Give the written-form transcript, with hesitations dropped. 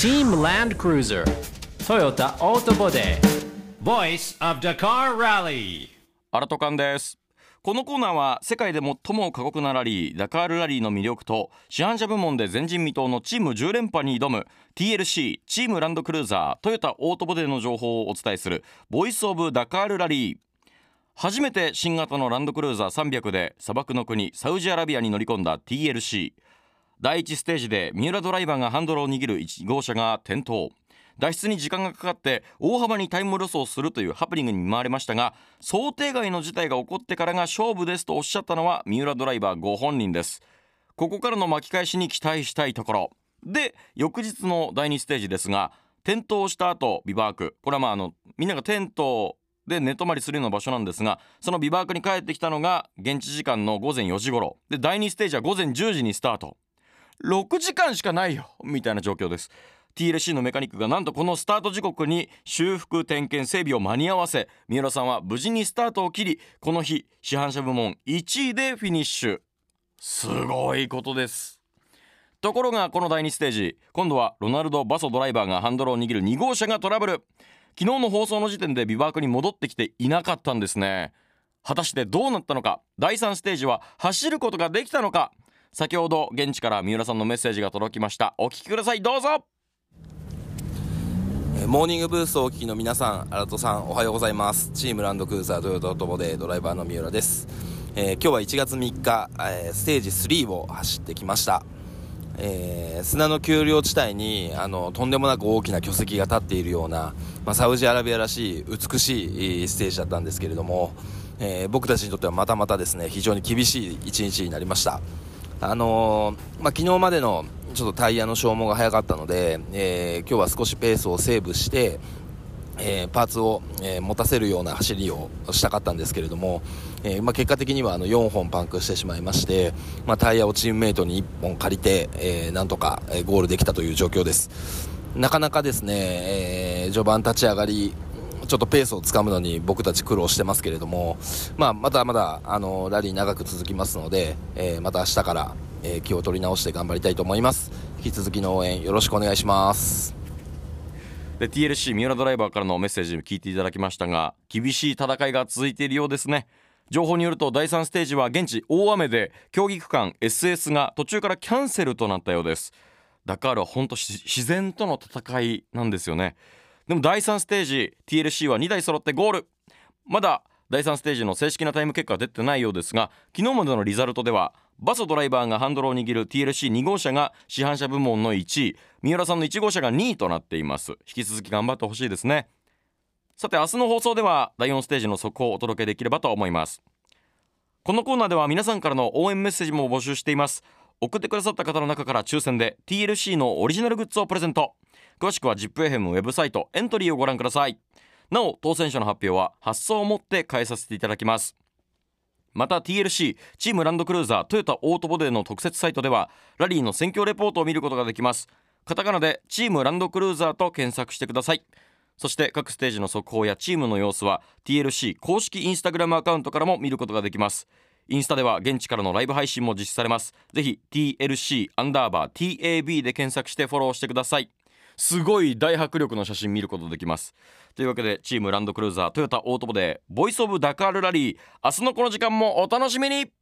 Team Land Cruiser Toyota Auto Body Voice of Dakar Rally。 アラトカンです。このコーナーは世界で最も過酷なラリーダカールラリーの魅力と市販車部門で前人未到のチーム10連覇に挑む TLC チームランドクルーザートヨタオートボディの情報をお伝えするボイスオブダカールラリー。初めて新型のランドクルーザー300で砂漠の国サウジアラビアに乗り込んだ TLC。 第1ステージで三浦ドライバーがハンドルを握る1号車が転倒、脱出に時間がかかって大幅にタイムロスをするというハプニングに見舞われましたが、想定外の事態が起こってからが勝負ですとおっしゃったのは三浦ドライバーご本人です。ここからの巻き返しに期待したいところで、翌日の第2ステージですが、転倒した後ビバーク、これはみんながテントで寝泊まりするような場所なんですが、そのビバークに帰ってきたのが現地時間の午前4時頃で、第2ステージは午前10時にスタート。6時間しかないよみたいな状況です。TLC のメカニックがなんとこのスタート時刻に修復点検整備を間に合わせ、三浦さんは無事にスタートを切り、この日市販車部門1位でフィニッシュ。すごいことです。ところがこの第2ステージ、今度はロナルド・バソドライバーがハンドルを握る2号車がトラブル。昨日の放送の時点でビバークに戻ってきていなかったんですね。果たしてどうなったのか、第3ステージは走ることができたのか。先ほど現地から三浦さんのメッセージが届きました。お聞きください、どうぞ。 モーニングブースをお聞きの皆さん、アラトさんおはようございます。チームランドクルーザートヨタオートボディドライバーの三浦です。今日は1月3日、ステージ3を走ってきました。砂の丘陵地帯にとんでもなく大きな巨石が立っているような、サウジアラビアらしい美しいステージだったんですけれども、僕たちにとってはまたまたですね、非常に厳しい一日になりました。昨日までのちょっとタイヤの消耗が早かったので、今日は少しペースをセーブして、パーツを、持たせるような走りをしたかったんですけれども、結果的には4本パンクしてしまいまして、タイヤをチームメイトに1本借りて、なんとかゴールできたという状況です。なかなかですね、序盤立ち上がりちょっとペースをつかむのに僕たち苦労してますけれども、まだまだラリー長く続きますので、また明日から、気を取り直して頑張りたいと思います。引き続きの応援よろしくお願いします。 で TLC 三浦ドライバーからのメッセージを聞いていただきましたが、厳しい戦いが続いているようですね。情報によると第3ステージは現地大雨で競技区間 SS が途中からキャンセルとなったようです。ダカールは本当自然との戦いなんですよね。でも第3ステージ TLC は2台揃ってゴール。まだ第3ステージの正式なタイム結果は出てないようですが、昨日までのリザルトではバソドライバーがハンドルを握る TLC2 号車が市販車部門の1位、三浦さんの1号車が2位となっています。引き続き頑張ってほしいですね。さて明日の放送では第4ステージの速報をお届けできればと思います。このコーナーでは皆さんからの応援メッセージも募集しています。送ってくださった方の中から抽選で TLC のオリジナルグッズをプレゼント。詳しくは ZIPFM ウェブサイトエントリーをご覧ください。なお当選者の発表は発送をもって返させていただきます。また TLC チームランドクルーザートヨタオートボディの特設サイトではラリーの戦況レポートを見ることができます。カタカナでチームランドクルーザーと検索してください。そして各ステージの速報やチームの様子は TLC 公式インスタグラムアカウントからも見ることができます。インスタでは現地からのライブ配信も実施されます。ぜひ TLC_TAB で検索してフォローしてください。すごい大迫力の写真見ることできます。というわけでチームランドクルーザートヨタオートボディボイスオブダカールラリー、明日のこの時間もお楽しみに。